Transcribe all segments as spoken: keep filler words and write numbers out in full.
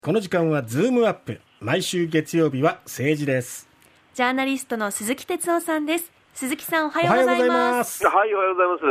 この時間はズームアップ。毎週月曜日は政治です。 ジャーナリストの鈴木哲夫さんです。鈴木さん、おはようございます。 はい、おはようございます。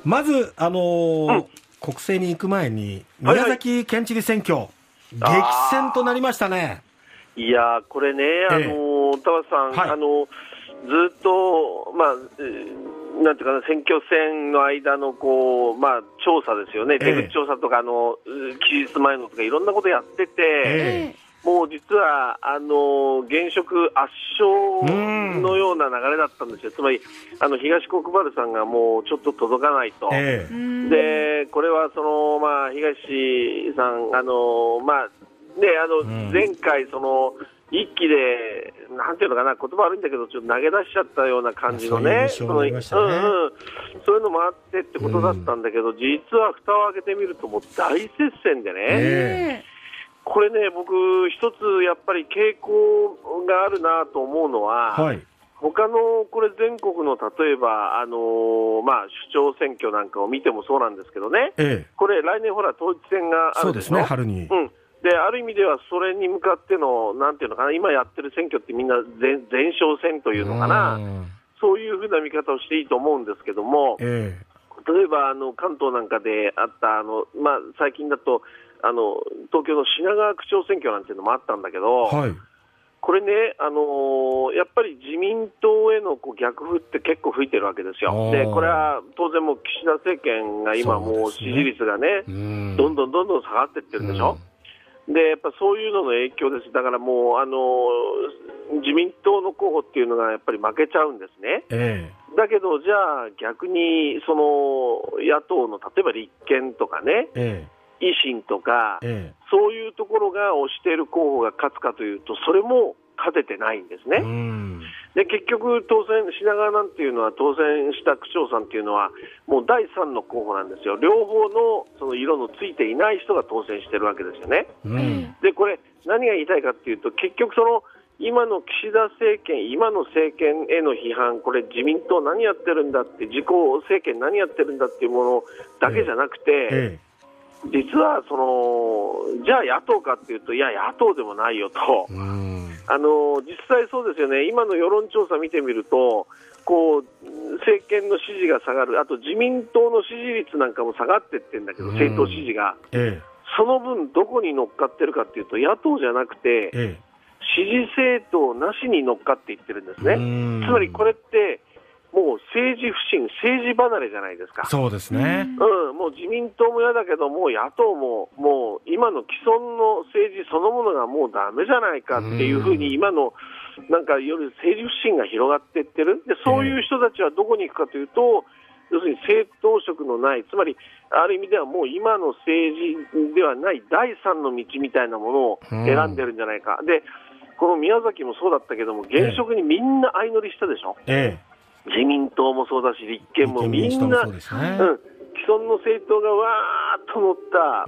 まず、あのーうん、国政に行く前に宮崎県知事選挙、はいはい、激戦となりましたね。 いやこれね、あのー、田畑さん、はい、あのずっと、まあえー、なんていうかな、選挙戦の間のこう、まあ、調査ですよね、出口調査とか、あの期日前のとかいろんなことやってて、えーもう実はあの現職圧勝のような流れだったんですよ。つまりあの東国原さんがもうちょっと届かないと、えー、でこれはその、まあ、東さんあの、まあね、あの前回その一気でなんていうのかな、言葉悪いんだけどちょっと投げ出しちゃったような感じのね、そういうのもあってってことだったんだけど、実は蓋を開けてみるともう大接戦でね、えーこれね、僕、一つやっぱり傾向があるなと思うのは、はい、他のこれ全国の例えば、あのーまあ、首長選挙なんかを見てもそうなんですけどね、ええ、これ来年ほら統一選があるでしょ。そうですね、春に、うん、である意味ではそれに向かってのなんていうのかな、今やってる選挙ってみんな 前, 前哨戦というのかな、そういうふうな見方をしていいと思うんですけども、ええ、例えばあの関東なんかであったあの、まあ、最近だとあの東京の品川区長選挙なんていうのもあったんだけど、はい、これね、あのー、やっぱり自民党へのこう逆風って結構吹いてるわけですよ。でこれは当然もう岸田政権が今もう支持率がね、どんどんどんどん下がっていってるでしょ。でやっぱそういうのの影響です。だからもう、あのー、自民党の候補っていうのがやっぱり負けちゃうんですね、ええ、だけどじゃあ逆にその野党の例えば立憲とかね、ええ維新とか、ええ、そういうところが推している候補が勝つかというとそれも勝ててないんですね。うんで結局当選品川なんていうのは当選した区長さんっていうのはもうだいさんの候補なんですよ。両方のその色のついていない人が当選してるわけですよね。うんでこれ何が言いたいかっていうと結局その今の岸田政権今の政権への批判、これ自民党何やってるんだって自公政権何やってるんだっていうものだけじゃなくて、えええ実はそのじゃあ野党かっていうといや野党でもないよと、うんあの実際そうですよね。今の世論調査見てみるとこう政権の支持が下がる、あと自民党の支持率なんかも下がっていってるんだけど、政党支持が、ええ、その分どこに乗っかってるかっていうと野党じゃなくて、ええ、支持政党なしに乗っかっていってるんですね。つまりこれってもう政治不信、政治離れじゃないですか。そうですね、うん、もう自民党も嫌だけどもう野党ももう今の既存の政治そのものがもうダメじゃないかっていうふうに今のなんかより政治不信が広がっていってる。でそういう人たちはどこに行くかというと、要するに政党色のない、つまりある意味ではもう今の政治ではない第三の道みたいなものを選んでるんじゃないか。でこの宮崎もそうだったけども現職にみんな相乗りしたでしょ、ええ自民党もそうだし立憲もみんな、ねうん、既存の政党がわーっと乗った、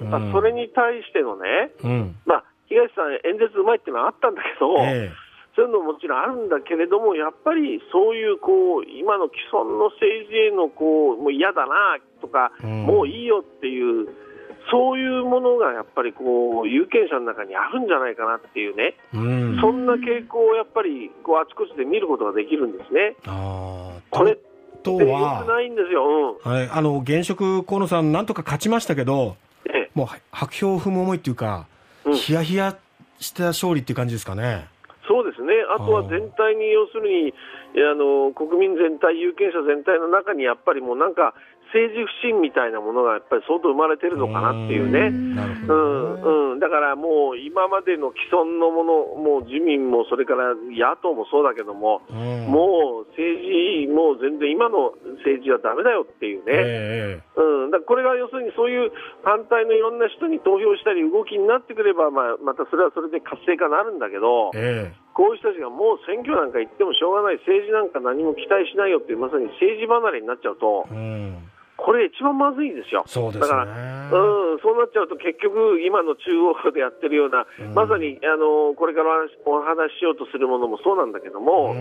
うんまあ、それに対してのね、うんまあ、東さん演説うまいっていうのはあったんだけど、えー、そういうのももちろんあるんだけれどもやっぱりそういう、こう今の既存の政治へのこうもう嫌だなとか、うん、もういいよっていうそういうものがやっぱりこう有権者の中にあるんじゃないかなっていうね、うん、そんな傾向をやっぱりこうあちこちで見ることができるんですね。あこれって良くないんですよ、うんはい、あの現職河野さんなんとか勝ちましたけど、ええ、もう白票を踏む思いっていうか、うん、ヒヤヒヤした勝利っていう感じですかね。 そうですね。あとは全体に要するにあの国民全体有権者全体の中にやっぱりもうなんか政治不信みたいなものがやっぱり相当生まれてるのかなっていうね。うんうん、だからもう今までの既存のもの、もう自民もそれから野党もそうだけども、もう政治もう全然今の政治はダメだよっていうね。うん、だからこれが要するにそういう反対のいろんな人に投票したり動きになってくれば、まあ、またそれはそれで活性化になるんだけど、えー、こういう人たちがもう選挙なんか行ってもしょうがない、政治なんか何も期待しないよっていうまさに政治離れになっちゃうと、うんこれ一番まずいですよ。そうですね。だから、うん、そうなっちゃうと結局今の中央でやってるような、うん、まさにあのこれからお話ししようとするものもそうなんだけども、うん、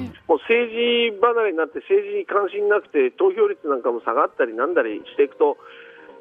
もう政治離れになって政治に関心なくて投票率なんかも下がったりなんだりしていくと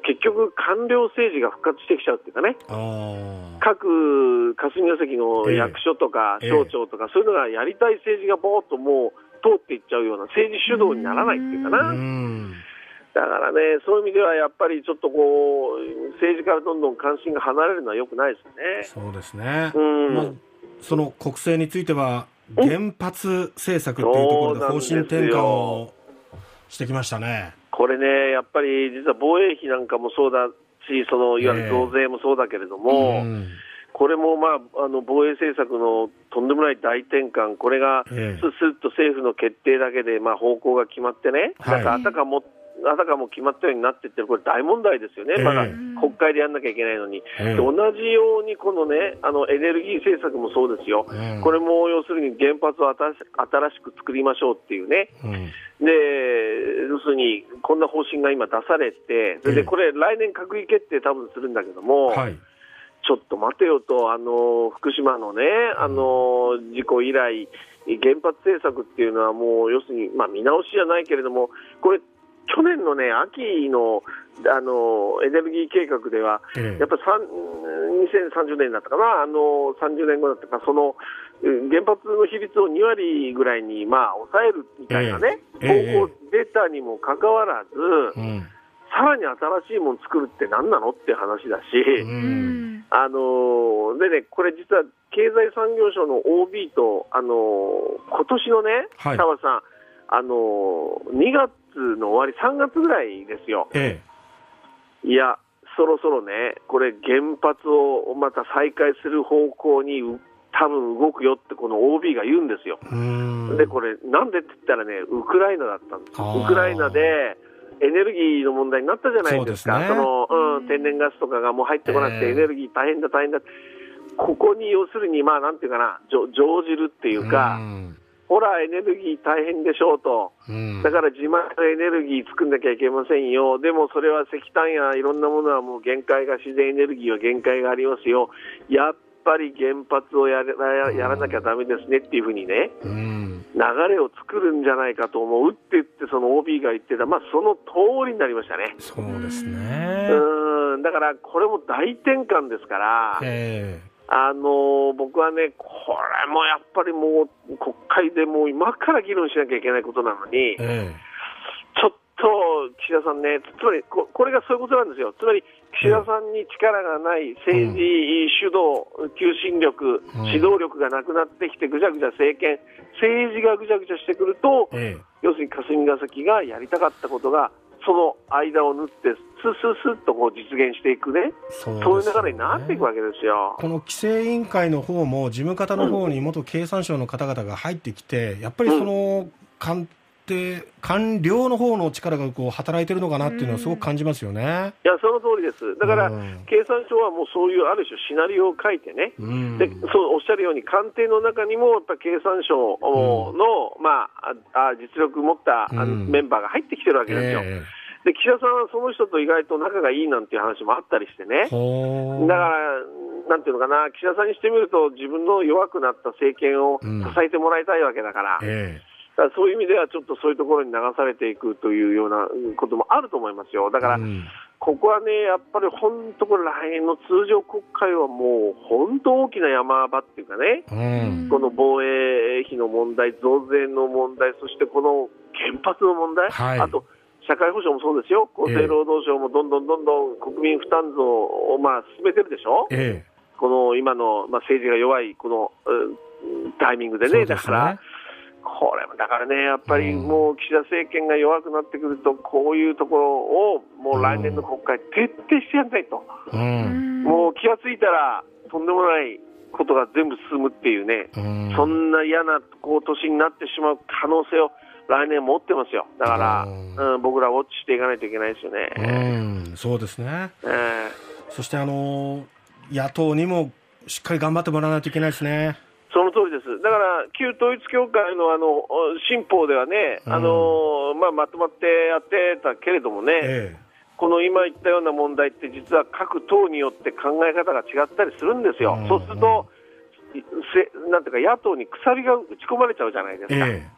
結局、官僚政治が復活してきちゃうっていうかね、 あ各霞が関の役所とか省庁とか、そういうのがやりたい政治がぼーっともう通っていっちゃうような政治主導にならないっていうかな。 うんだからね、そういう意味ではやっぱりちょっとこう政治からどんどん関心が離れるのは良くないですよね。 そうですね、 うんまあ、その国政については原発政策っていうところで方針転換をしてきましたね。 これね、やっぱり実は防衛費なんかもそうだし、そのいわゆる増税もそうだけれども、 えーうんこれも、まあ、あの防衛政策のとんでもない大転換、これがええススッと政府の決定だけで、まあ、方向が決まってね、 はいなんかあたかもあたかも決まったようになっていってる、これ大問題ですよね、 ええまだ国会でやんなきゃいけないのに、 ええで同じようにこの、ね、あのエネルギー政策もそうですよ、 うんこれも要するに原発を新し新しく作りましょうっていうね。 うんで要するにこんな方針が今出されて、それええでこれ、来年閣議決定多分するんだけども、 はいちょっと待てよと、あの福島のね、あの事故以来、原発政策っていうのは、もう要するに、まあ、見直しじゃないけれども、これ、去年のね、秋の、あのエネルギー計画では、 ええやっぱりにせんさんじゅうねんだったかな、あのさんじゅうねんごだったか、そのうん原発の比率をにわりぐらいに、まあ、抑えるみたいなね、 ええ方向出たにもかかわらず、 うんさらに新しいもの作るって何なのって話だし。 ううんんあのーでね、これ実は経済産業省の オービー と、あのー今年のね、 はい田畑さん、あのーにがつの終わり、さんがつぐらいですよ。 えいや、そろそろね、これ原発をまた再開する方向にう多分動くよってこの オービー が言うんですよ。 えうんで、これなんでって言ったらね、ウクライナだったんですあーウクライナでエネルギーの問題になったじゃないですか。 そうですねの、うん、天然ガスとかがもう入ってこなくて、 えーエネルギー大変だ大変だ。ここに要するに、まあなんていうかな、じょ乗じるっていうか、 うんほらエネルギー大変でしょうと。 うんだから自前のエネルギー作んなきゃいけませんよ。でもそれは石炭やいろんなものはもう限界が、自然エネルギーは限界がありますよ。やっぱり原発をやらやらなきゃダメですねっていうふうにね、 うん流れを作るんじゃないかと思うって言って、その オービー が言ってた、まあ、その通りになりましたね。 そうですねうんだからこれも大転換ですから、 えあのー僕はね、これもやっぱりもう国会でもう今から議論しなきゃいけないことなのに、 ええちょっと岸田さんね、つまりここれがそういうことなんですよ。つまり岸田さんに力がない政治主導、求心力、 うん指導力がなくなってきて、ぐちゃぐちゃ政権、政治がぐちゃぐちゃしてくると、 ええ要するに霞が関がやりたかったことが、その間を縫って、スッスッスッとこう実現していくね、 そうそうですねいう流れになっていくわけですよ。 この規制委員会の方も事務方の方に元経産省の方々が入ってきて、やっぱりその官邸官僚の方の力がこう働いてるのかなっていうのはすごく感じますよね。 いや、その通りです。だから、 うん経産省はもうそういうある種シナリオを書いてね、 うんでそうおっしゃるように官邸の中にもやっぱ経産省の、まあ、ああ実力持った、あのうんメンバーが入ってきてるわけですよ。 えで岸田さんはその人と意外と仲がいいなんていう話もあったりしてね。 えほーだから、なんていうのかな、岸田さんにしてみると、自分の弱くなった政権を支えてもらいたいわけだから、 えだからそういう意味では、ちょっとそういうところに流されていくというようなこともあると思いますよ。だから、 うんここはね、やっぱり本当、これ、来年の通常国会はもう、本当大きな山場っていうかね、 うんこの防衛費の問題、増税の問題、そしてこの原発の問題、 はいあと社会保障もそうですよ、厚生労働省もどんどんどんどん国民負担増をまあ進めてるでしょ、 えこの今のまあ政治が弱いこのうんタイミングでね、 そうですねだから、これもだからね、やっぱりもう岸田政権が弱くなってくると、こういうところをもう来年の国会、徹底してやんないと、 えうんもう気がついたら、とんでもないことが全部進むっていうね、 うんそんな嫌なこう年になってしまう可能性を来年持ってますよ。だから、 うんうん、僕らウォッチしていかないといけないですよね。 うんそうですね。 えーそしてあの野党にもしっかり頑張ってもらわないといけないですね。 その通りです。だから旧統一教会のあの新法ではね、 うんあのまあ、まとまってやってたけれどもね、 えこの今言ったような問題って実は各党によって考え方が違ったりするんですよ。 うんそうするとせなんていうか野党にくさびが打ち込まれちゃうじゃないですか。 ええ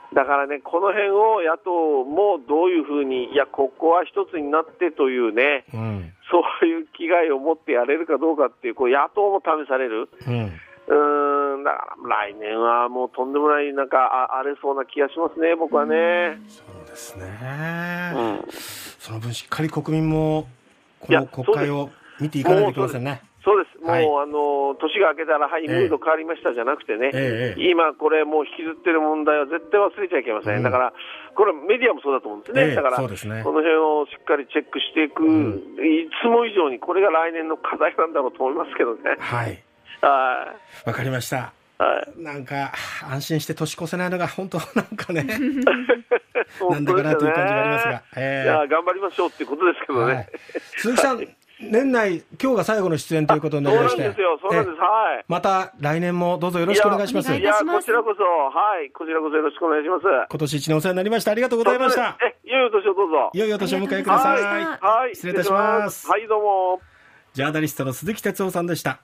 だからね、この辺を野党もどういうふうに、いや、ここは一つになってというね、うん、そういう気概を持ってやれるかどうかっていう、こう野党も試される、うん、うーんだから来年はもうとんでもない、なんか荒れそうな気がしますね、僕はね。 そうですね、うん、その分、しっかり国民もこの国会を見ていかないといけませんね。 そうです、もう、はい、あの年が明けたら、はい、ムード変わりましたじゃなくてね、えー、今、これ、もう引きずってる問題は絶対忘れちゃいけません、うん、だから、これはメディアもそうだと思うんですね、えー、だから、そうですね、この辺をしっかりチェックしていく、うん、いつも以上にこれが来年の課題なんだろうと思いますけどね。 はい、 はい、 わかりました。はい、なんか安心して年越せないのが本当なんかねなんだかなという感じがありますが、 えー、いや頑張りましょうっていうことですけどね、はい、 鈴木さん年内今日が最後の出演ということになりまして、 そうなんですよ、そうなんです、はい、 また来年もどうぞよろしくお願いします。 いや、いやこちらこそ、はい、こちらこそよろしくお願いします。 今年一年お世話になりました。ありがとうございました。 え、いよいよ年をどうぞ。 いよいよ年を迎えください。 はい、はい、 失礼いたします。 はい、どうも。 ジャーナリストの鈴木哲夫さんでした。